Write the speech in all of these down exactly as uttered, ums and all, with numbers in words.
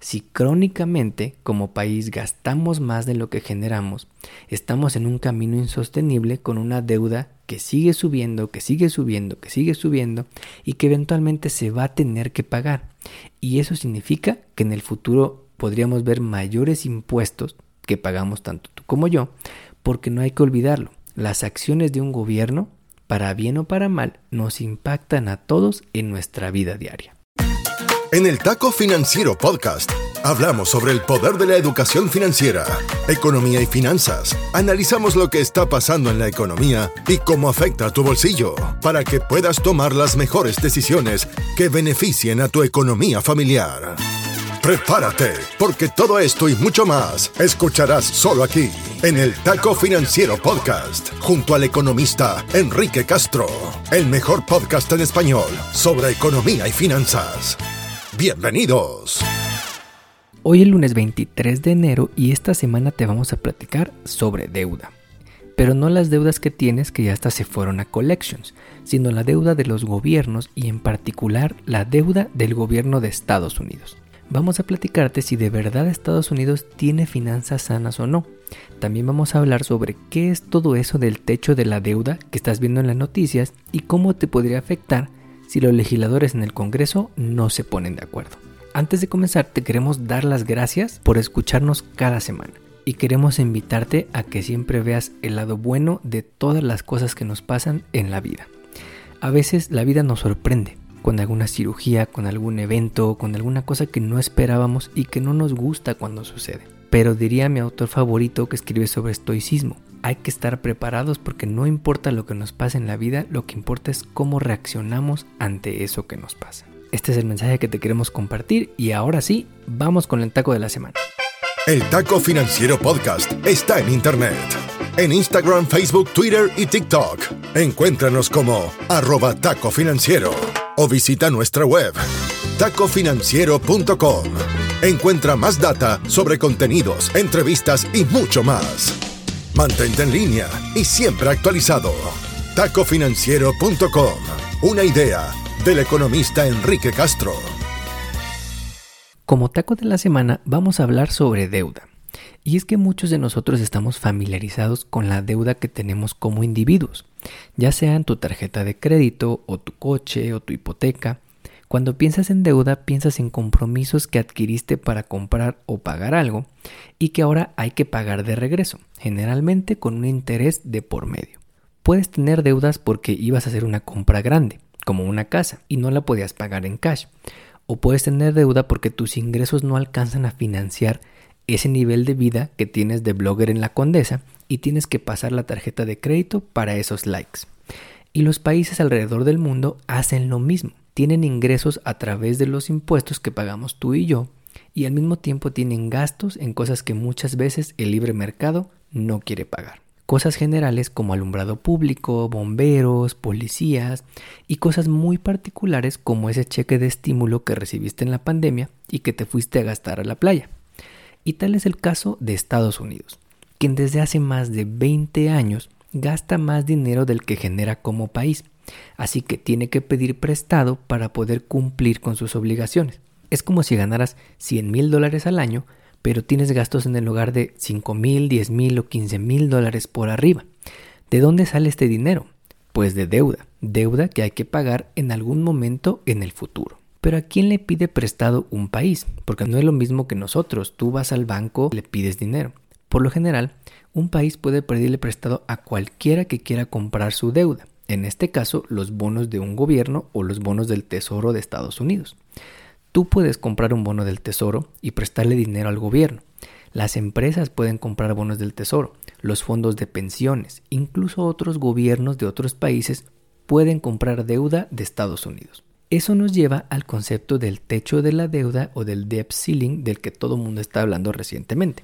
Si crónicamente como país gastamos más de lo que generamos, estamos en un camino insostenible con una deuda que sigue subiendo, que sigue subiendo, que sigue subiendo y que eventualmente se va a tener que pagar. Y eso significa que en el futuro podríamos ver mayores impuestos que pagamos tanto tú como yo, porque no hay que olvidarlo, las acciones de un gobierno, para bien o para mal, nos impactan a todos en nuestra vida diaria. En el Taco Financiero Podcast hablamos sobre el poder de la educación financiera, economía y finanzas. Analizamos lo que está pasando en la economía y cómo afecta a tu bolsillo para que puedas tomar las mejores decisiones que beneficien a tu economía familiar. Prepárate, porque todo esto y mucho más escucharás solo aquí, en el Taco Financiero Podcast, junto al economista Enrique Castro, el mejor podcast en español sobre economía y finanzas. ¡Bienvenidos! Hoy es lunes veintitrés de enero y esta semana te vamos a platicar sobre deuda. Pero no las deudas que tienes que ya hasta se fueron a collections, sino la deuda de los gobiernos y en particular la deuda del gobierno de Estados Unidos. Vamos a platicarte si de verdad Estados Unidos tiene finanzas sanas o no. También vamos a hablar sobre qué es todo eso del techo de la deuda que estás viendo en las noticias y cómo te podría afectar si los legisladores en el Congreso no se ponen de acuerdo. Antes de comenzar, te queremos dar las gracias por escucharnos cada semana y queremos invitarte a que siempre veas el lado bueno de todas las cosas que nos pasan en la vida. A veces la vida nos sorprende con alguna cirugía, con algún evento, con alguna cosa que no esperábamos y que no nos gusta cuando sucede. Pero diría mi autor favorito que escribe sobre estoicismo: hay que estar preparados porque no importa lo que nos pase en la vida, lo que importa es cómo reaccionamos ante eso que nos pasa. Este es el mensaje que te queremos compartir y ahora sí, vamos con el taco de la semana. El Taco Financiero Podcast está en internet, en Instagram, Facebook, Twitter y TikTok. Encuéntranos como arroba Taco Financiero o visita nuestra web taco financiero punto com. Encuentra más data sobre contenidos, entrevistas y mucho más. Mantente en línea y siempre actualizado. taco financiero punto com. Una idea del economista Enrique Castro. Como taco de la semana vamos a hablar sobre deuda. Y es que muchos de nosotros estamos familiarizados con la deuda que tenemos como individuos, ya sea en tu tarjeta de crédito o tu coche o tu hipoteca. Cuando piensas en deuda, piensas en compromisos que adquiriste para comprar o pagar algo y que ahora hay que pagar de regreso, generalmente con un interés de por medio. Puedes tener deudas porque ibas a hacer una compra grande, como una casa, y no la podías pagar en cash. O puedes tener deuda porque tus ingresos no alcanzan a financiar ese nivel de vida que tienes de blogger en la Condesa y tienes que pasar la tarjeta de crédito para esos likes. Y los países alrededor del mundo hacen lo mismo. Tienen ingresos a través de los impuestos que pagamos tú y yo y al mismo tiempo tienen gastos en cosas que muchas veces el libre mercado no quiere pagar. Cosas generales como alumbrado público, bomberos, policías y cosas muy particulares como ese cheque de estímulo que recibiste en la pandemia y que te fuiste a gastar a la playa. Y tal es el caso de Estados Unidos, quien desde hace más de veinte años gasta más dinero del que genera como país, así que tiene que pedir prestado para poder cumplir con sus obligaciones. Es como si ganaras cien mil dólares al año, pero tienes gastos en el hogar de cinco mil, diez mil o quince mil dólares por arriba. ¿De dónde sale este dinero? Pues de deuda, deuda que hay que pagar en algún momento en el futuro. Pero ¿a quién le pide prestado un país? Porque no es lo mismo que nosotros. Tú vas al banco y le pides dinero. Por lo general, un país puede pedirle prestado a cualquiera que quiera comprar su deuda. En este caso, los bonos de un gobierno o los bonos del Tesoro de Estados Unidos. Tú puedes comprar un bono del Tesoro y prestarle dinero al gobierno. Las empresas pueden comprar bonos del Tesoro, los fondos de pensiones, incluso otros gobiernos de otros países pueden comprar deuda de Estados Unidos. Eso nos lleva al concepto del techo de la deuda o del debt ceiling del que todo el mundo está hablando recientemente.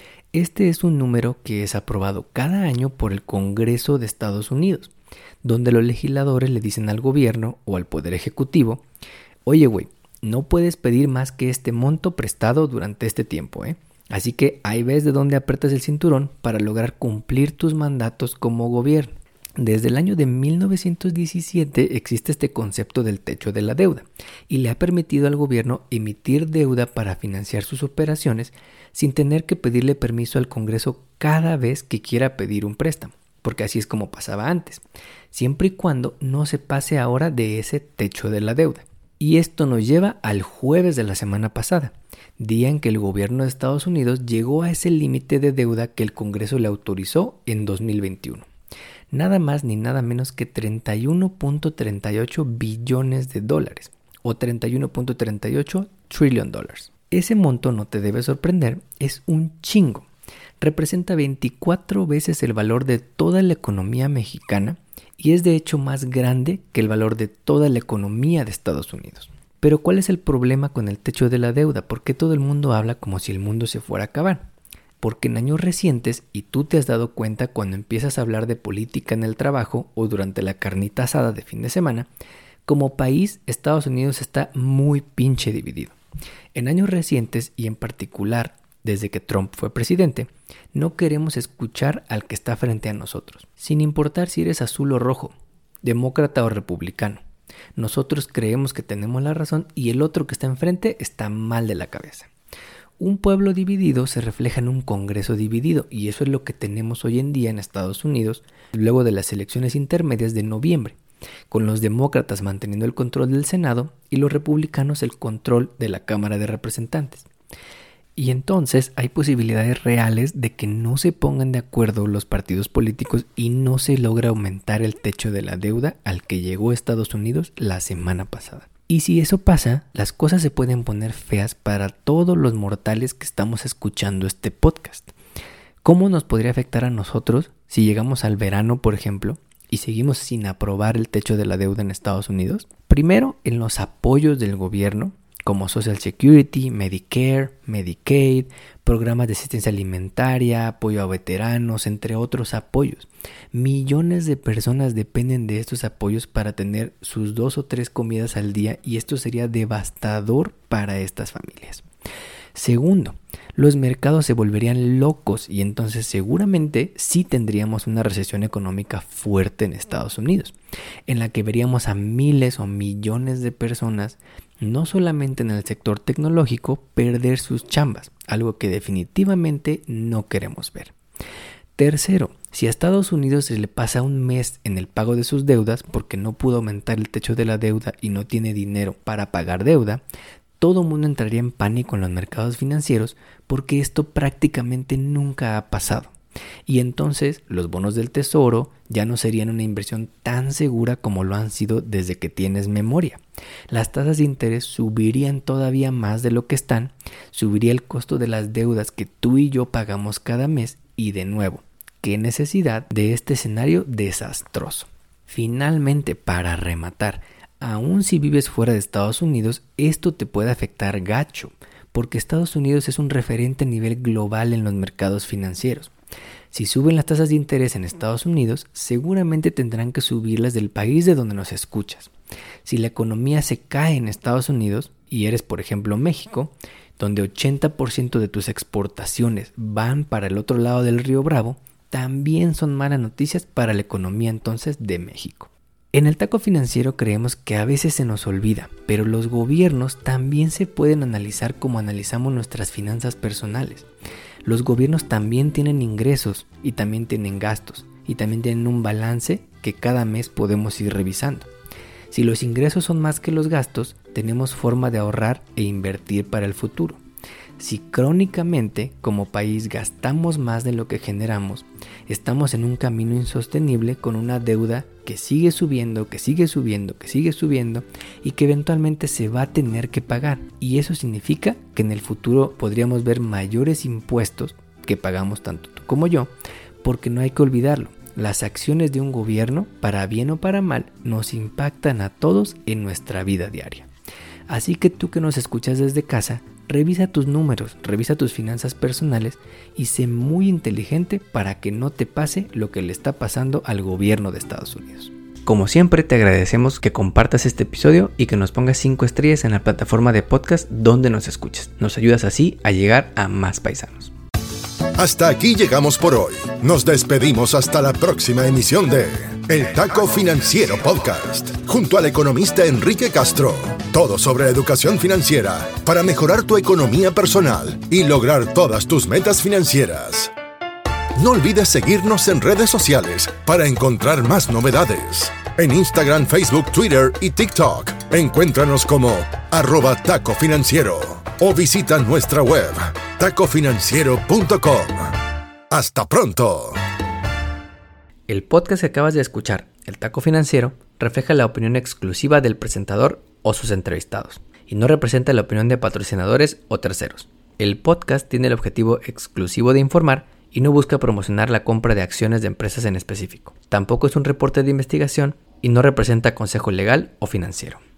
Este es un número que es aprobado cada año por el Congreso de Estados Unidos, donde los legisladores le dicen al gobierno o al Poder Ejecutivo: oye güey, no puedes pedir más que este monto prestado durante este tiempo, ¿eh? Así que ahí ves de dónde aprietas el cinturón para lograr cumplir tus mandatos como gobierno. Desde el año de mil novecientos diecisiete existe este concepto del techo de la deuda y le ha permitido al gobierno emitir deuda para financiar sus operaciones sin tener que pedirle permiso al Congreso cada vez que quiera pedir un préstamo, porque así es como pasaba antes, siempre y cuando no se pase ahora de ese techo de la deuda. Y esto nos lleva al jueves de la semana pasada, día en que el gobierno de Estados Unidos llegó a ese límite de deuda que el Congreso le autorizó en dos mil veintiuno. Nada más ni nada menos que treinta y uno punto treinta y ocho billones de dólares o treinta y uno punto treinta y ocho trillion dólares. Ese monto, no te debe sorprender, es un chingo. Representa veinticuatro veces el valor de toda la economía mexicana y es de hecho más grande que el valor de toda la economía de Estados Unidos. Pero ¿cuál es el problema con el techo de la deuda? ¿Por qué todo el mundo habla como si el mundo se fuera a acabar? Porque en años recientes, y tú te has dado cuenta cuando empiezas a hablar de política en el trabajo o durante la carnita asada de fin de semana, como país Estados Unidos está muy pinche dividido. En años recientes y en particular desde que Trump fue presidente, no queremos escuchar al que está frente a nosotros, sin importar si eres azul o rojo, demócrata o republicano. Nosotros creemos que tenemos la razón y el otro que está enfrente está mal de la cabeza. Un pueblo dividido se refleja en un Congreso dividido y eso es lo que tenemos hoy en día en Estados Unidos luego de las elecciones intermedias de noviembre, con los demócratas manteniendo el control del Senado y los republicanos el control de la Cámara de Representantes. Y entonces hay posibilidades reales de que no se pongan de acuerdo los partidos políticos y no se logra aumentar el techo de la deuda al que llegó Estados Unidos la semana pasada. Y si eso pasa, las cosas se pueden poner feas para todos los mortales que estamos escuchando este podcast. ¿Cómo nos podría afectar a nosotros si llegamos al verano, por ejemplo, y seguimos sin aprobar el techo de la deuda en Estados Unidos? Primero, en los apoyos del gobierno, como Social Security, Medicare, Medicaid, programas de asistencia alimentaria, apoyo a veteranos, entre otros apoyos. Millones de personas dependen de estos apoyos para tener sus dos o tres comidas al día y esto sería devastador para estas familias. Segundo, los mercados se volverían locos y entonces seguramente sí tendríamos una recesión económica fuerte en Estados Unidos, en la que veríamos a miles o millones de personas, no solamente en el sector tecnológico, perder sus chambas, algo que definitivamente no queremos ver. Tercero, si a Estados Unidos se le pasa un mes en el pago de sus deudas porque no pudo aumentar el techo de la deuda y no tiene dinero para pagar deuda, todo el mundo entraría en pánico en los mercados financieros porque esto prácticamente nunca ha pasado. Y entonces los bonos del tesoro ya no serían una inversión tan segura como lo han sido desde que tienes memoria. Las tasas de interés subirían todavía más de lo que están, subiría el costo de las deudas que tú y yo pagamos cada mes y de nuevo, ¿qué necesidad de este escenario desastroso? Finalmente, para rematar, aun si vives fuera de Estados Unidos, esto te puede afectar gacho, porque Estados Unidos es un referente a nivel global en los mercados financieros. Si suben las tasas de interés en Estados Unidos, seguramente tendrán que subirlas del país de donde nos escuchas. Si la economía se cae en Estados Unidos, y eres por ejemplo México, donde ochenta por ciento de tus exportaciones van para el otro lado del río Bravo, también son malas noticias para la economía entonces de México. En el Taco Financiero creemos que a veces se nos olvida, pero los gobiernos también se pueden analizar como analizamos nuestras finanzas personales. Los gobiernos también tienen ingresos y también tienen gastos y también tienen un balance que cada mes podemos ir revisando. Si los ingresos son más que los gastos, tenemos forma de ahorrar e invertir para el futuro. Si crónicamente como país gastamos más de lo que generamos, estamos en un camino insostenible con una deuda que sigue subiendo, que sigue subiendo, que sigue subiendo y que eventualmente se va a tener que pagar. Y eso significa que en el futuro podríamos ver mayores impuestos que pagamos tanto tú como yo, porque no hay que olvidarlo. Las acciones de un gobierno, para bien o para mal, nos impactan a todos en nuestra vida diaria. Así que tú que nos escuchas desde casa, revisa tus números, revisa tus finanzas personales y sé muy inteligente para que no te pase lo que le está pasando al gobierno de Estados Unidos. Como siempre, te agradecemos que compartas este episodio y que nos pongas cinco estrellas en la plataforma de podcast donde nos escuches. Nos ayudas así a llegar a más paisanos. Hasta aquí llegamos por hoy. Nos despedimos hasta la próxima emisión de El Taco Financiero Podcast, junto al economista Enrique Castro. Todo sobre educación financiera para mejorar tu economía personal y lograr todas tus metas financieras. No olvides seguirnos en redes sociales para encontrar más novedades. En Instagram, Facebook, Twitter y TikTok. Encuéntranos como arroba Taco Financiero o visita nuestra web taco financiero punto com. ¡Hasta pronto! El podcast que acabas de escuchar, El Taco Financiero, refleja la opinión exclusiva del presentador o sus entrevistados y no representa la opinión de patrocinadores o terceros. El podcast tiene el objetivo exclusivo de informar y no busca promocionar la compra de acciones de empresas en específico. Tampoco es un reporte de investigación y no representa consejo legal o financiero.